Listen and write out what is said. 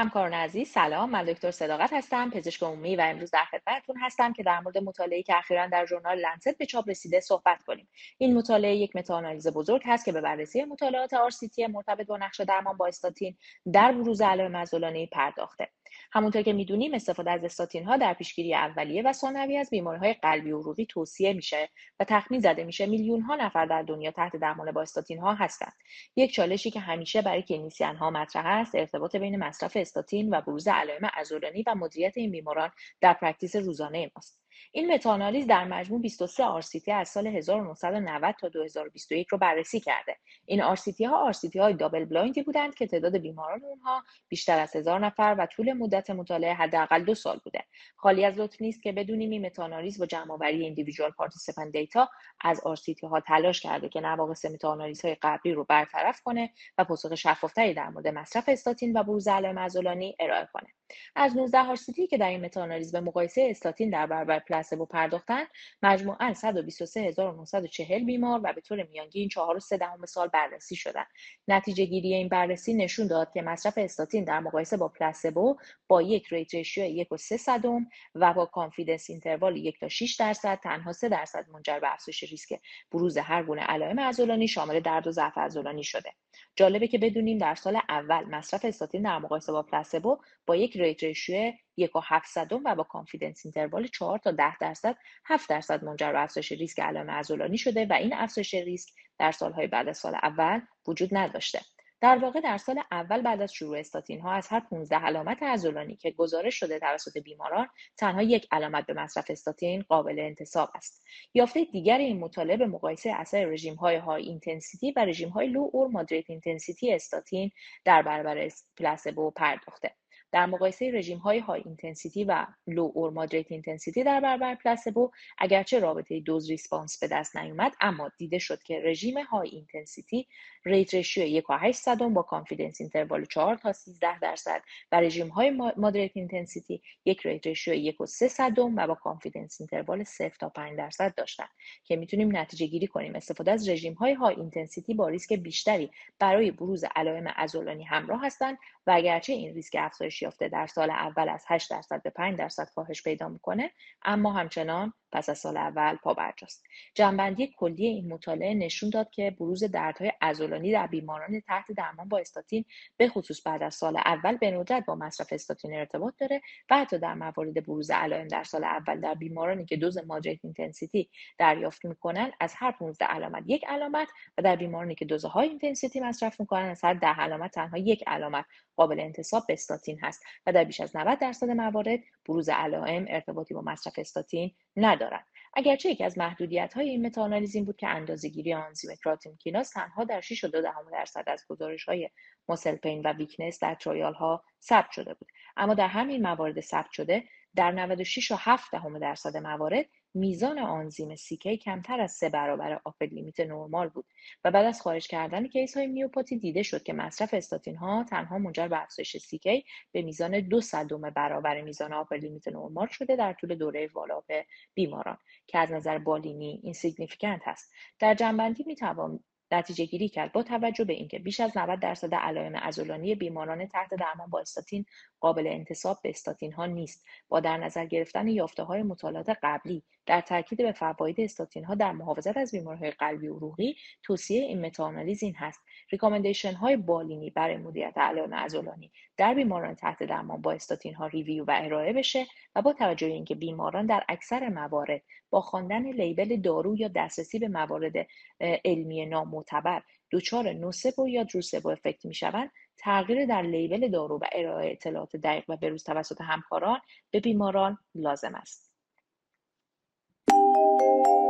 همکاران عزیز سلام، من دکتر صداقت هستم، پزشک عمومی و امروز در خدمتتون هستم که در مورد مطالعه‌ای که اخیراً در ژورنال لنست به چاپ رسیده صحبت کنیم. این مطالعه یک متاآنالیز بزرگ هست که به بررسی مطالعات RCT مرتبط با نقش درمان با استاتین در بروز علائم عضلانی پرداخته. همونطور که میدونیم استفاده از استاتین ها در پیشگیری اولیه و ثانویه از بیماری‌های قلبی و عروقی توصیه میشه و تخمین زده میشه میلیون ها نفر در دنیا تحت درمان با استاتین ها هستند. یک چالشی که همیشه برای کلینیسیان ها مطرح است ارتباط بین مصرف استاتین و بروز علائم عضلانی و مدیریت این بیماران در پرکتیس روزانه ماست. این متاآنالیز در مجموع 23 RCT از سال 1990 تا 2021 رو بررسی کرده. این RCT های دابل بلایندی بودند که تعداد بیماران اونها بیشتر از 1000 نفر و طول مدت مطالعه حداقل 2 سال بوده. خالی از لطف نیست که بدونیم این متاآنالیز با جمع‌آوری ایندیویدوال پارتیسیپنت دیتا از RCT ها تلاش کرده که نواقص متاآنالیز های قبلی رو برطرف کنه و پاسخ شفافتری در مورد مصرف استاتین و بروز علائم عضلانی ارائه کنه. از 19 RCT که در این متاآنالیز به مقایسه استاتین در برابر پلاسبو پرداختن، مجموعاً 123940 بیمار و به طور میانگین 4.3 سال بررسی شدند. نتیجه گیری این بررسی نشون داد که مصرف استاتین در مقایسه با پلاسبو با یک ریت ریشیو 1.3 و با کانفیدنس اینتروال 1 تا 6% تنها 3% منجر به افزایش ریسک بروز هر گونه علائم عضلانی شامل درد و ضعف عضلانی شده. جالبه که بدونیم در سال اول مصرف استاتین در مقایسه با پلاسبو با یک ریت ریشیو 1.7 و با کانفیدنس اینتروال 4 تا 10% 7% منجر به افزایش ریسک علائم عضلانی شده و این افزایش ریسک در سالهای بعد از سال اول وجود نداشته. در واقع در سال اول بعد از شروع استاتین ها از هر 15 علامت عضلانی که گزارش شده توسط بیماران تنها یک علامت به مصرف استاتین قابل انتساب است. یافته دیگر این مطالعه به مقایسه اثر رژیم های های اینتنسیتی و رژیم های لو اور مادریت اینتنسیتی استاتین در برابر پلاسبو پرداخته. در مقایسه رژیم های های اینتنسیتی و لو اور مادریت اینتنسیتی در برابر پلاسبو اگرچه رابطه دوز ریسپانس به دست نیامد، اما دیده شد که رژیم های اینتنسیتی ریت ریشیو 1.8 با کانفیدنس اینتروال 4 تا 13% و رژیم های مادریت اینتنسیتی یک ریت ریشیو 1.3 و با کانفیدنس اینتروال 0 تا 5% داشتند که میتونیم نتیجه گیری کنیم استفاده از رژیم های های اینتنسیتی با ریسک بیشتری برای بروز علائم عضلانی همراه هستند و اگرچه این ریسک افزایش یافته در سال اول از 8% به 5% کاهش پیدا میکنه، اما همچنان پس از سال اول پابرجاست. جنبندی کلی این مطالعه نشون داد که بروز دردهای عضلانی در بیماران تحت درمان با استاتین به خصوص بعد از سال اول به ندرت با مصرف استاتین ارتباط داره و حتی در موارد بروز علائم در سال اول در بیمارانی که دوز مادریت اینتنسیتی دریافت میکنن از هر 15 علامت یک علامت و در بیمارانی که دوز های اینتنسیتی مصرف میکنن از هر 10 علامت تنها یک علامت قابل انتساب به استاتین هست و در بیش از 90% موارد بروز علائم ارتباطی با مصرف استاتین ندارند. اگرچه یکی از محدودیت‌های این متاآنالیز این بود که اندازه‌گیری آنزیم کراتین کیناز تنها در 6.2% از گزارش‌های مسل پین و ویکنس در ترایال‌ها ثبت شده بود، اما در همین موارد ثبت شده در 96.7% موارد میزان آنزیم CK کمتر از 3 برابر آپر لیمیت نرمال بود و بعد از خارج کردن کیس های میوپاتی دیده شد که مصرف استاتین ها تنها منجر به افزایش CK به میزان 2/100 برابر میزان آپر لیمیت نرمال شده در طول دوره والاب بیماران که از نظر بالینی اینسیگنیفیکانت است. در جنبندی میتوان نتیجه گیری کرد با توجه به اینکه بیش از 90% علائم عضلانی بیماران تحت درمان با استاتین قابل انتساب به استاتین ها نیست. با در نظر گرفتن یافته های مطالعات قبلی در تاکید به فواید استاتین ها در محافظت از بیماری‌های قلبی و عروقی، توصیه این متاآنالیز این هست: ریکامندیشن های بالینی برای مدیریت علائم عضلانی در بیماران تحت درمان با استاتین ها ریویو و ارائه بشه و با توجه به اینکه بیماران در اکثر موارد با خواندن لیبل دارو یا دسترسی به موارد علمی نامعتبر دچار نوسبو یا دروسبو افکت میشوند، تغییر در لیبل دارو و ارائه اطلاعات دقیق و بروز توسط همکاران به بیماران لازم است.